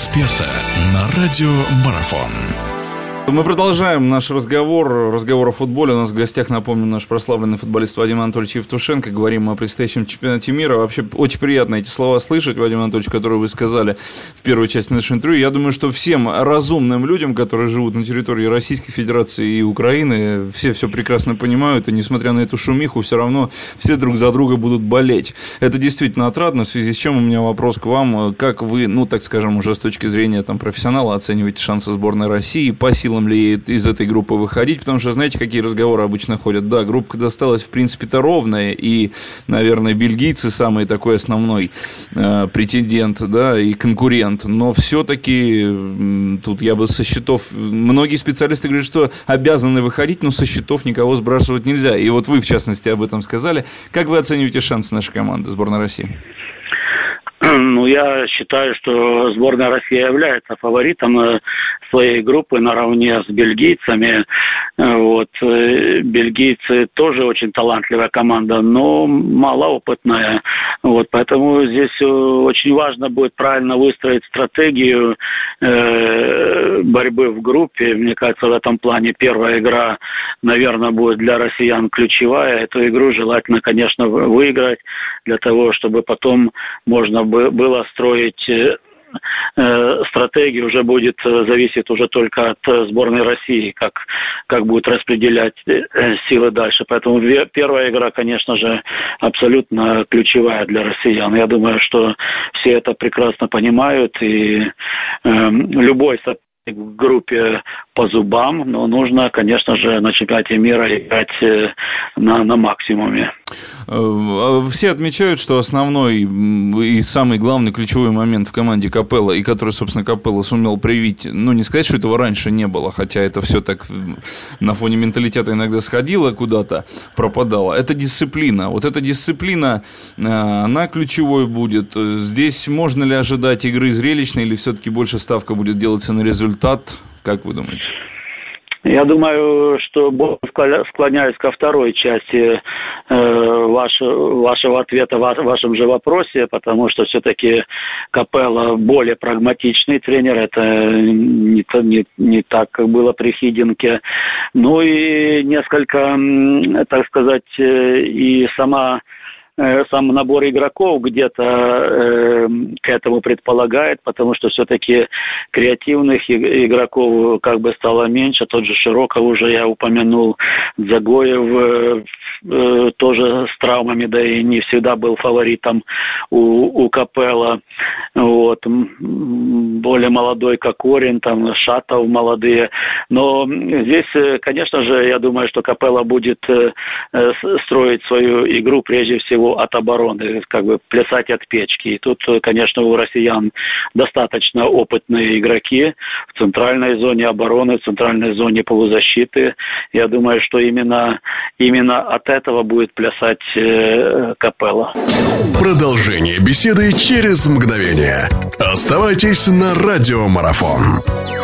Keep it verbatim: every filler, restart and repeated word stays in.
эксперта на радио Марафон. Мы продолжаем наш разговор, разговор о футболе. У нас в гостях, напомню, наш прославленный футболист Вадим Анатольевич Евтушенко. Говорим о предстоящем чемпионате мира. Вообще, очень приятно эти слова слышать, Вадим Анатольевич, которые вы сказали в первой части нашего интервью. Я думаю, что всем разумным людям, которые живут на территории Российской Федерации и Украины, все все прекрасно понимают, и несмотря на эту шумиху, все равно все друг за друга будут болеть. Это действительно отрадно, в связи с чем у меня вопрос к вам. Как вы, ну, так скажем, уже с точки зрения там, профессионала оцениваете шансы сборной России, по силам ли из этой группы выходить, потому что знаете, какие разговоры обычно ходят. Да, группа досталась, в принципе-то, ровная, и, наверное, бельгийцы самый такой основной э, претендент, да, и конкурент, но все-таки э, тут я бы со счетов, многие специалисты говорят, что обязаны выходить, но со счетов никого сбрасывать нельзя, и вот вы, в частности, об этом сказали. Как вы оцениваете шансы нашей команды, сборной России? Ну, я считаю, что сборная России является фаворитом своей группы наравне с бельгийцами. Вот. Бельгийцы тоже очень талантливая команда, но малоопытная. Вот. Поэтому здесь очень важно будет правильно выстроить стратегию э, борьбы в группе. Мне кажется, в этом плане первая игра, наверное, будет для россиян ключевая. Эту игру желательно, конечно, выиграть для того, чтобы потом можно было строить э, стратегию, уже будет зависеть уже только от сборной России, как, как будут распределять э, силы дальше. Поэтому первая игра, конечно же, абсолютно ключевая для россиян. Я думаю, что все это прекрасно понимают, и э, любой соперник в группе по зубам, но нужно, конечно же, на чемпионате мира играть на, на максимуме. Все отмечают, что основной и самый главный ключевой момент в команде Капелло, и который, собственно, Капелло сумел привить, ну, не сказать, что этого раньше не было, хотя это все так на фоне менталитета иногда сходило куда-то, пропадало, это дисциплина. Вот эта дисциплина, она ключевой будет. Здесь можно ли ожидать игры зрелищной, или все-таки больше ставка будет делаться на результат? Как вы думаете? Я думаю, что склоняюсь ко второй части э, вашего, вашего ответа в вашем же вопросе, потому что все-таки Капелло более прагматичный тренер, это не, не, не так, как было при Хидинке. Ну и несколько, так сказать, и сама... сам набор игроков где-то э, к этому предполагает, потому что все-таки креативных игроков как бы стало меньше. Тот же Широков уже я упомянул, Дзагоев э, тоже с травмами, да и не всегда был фаворитом у, у Капелло. Вот. Более молодой Кокорин, там Шатов молодые. Но здесь, конечно же, я думаю, что Капелло будет э, строить свою игру прежде всего от обороны, как бы плясать от печки. И тут, конечно, у россиян достаточно опытные игроки в центральной зоне обороны, в центральной зоне полузащиты. Я думаю, что именно, именно от этого будет плясать э, Капелло. Продолжение беседы через мгновение. Оставайтесь на радио Марафон.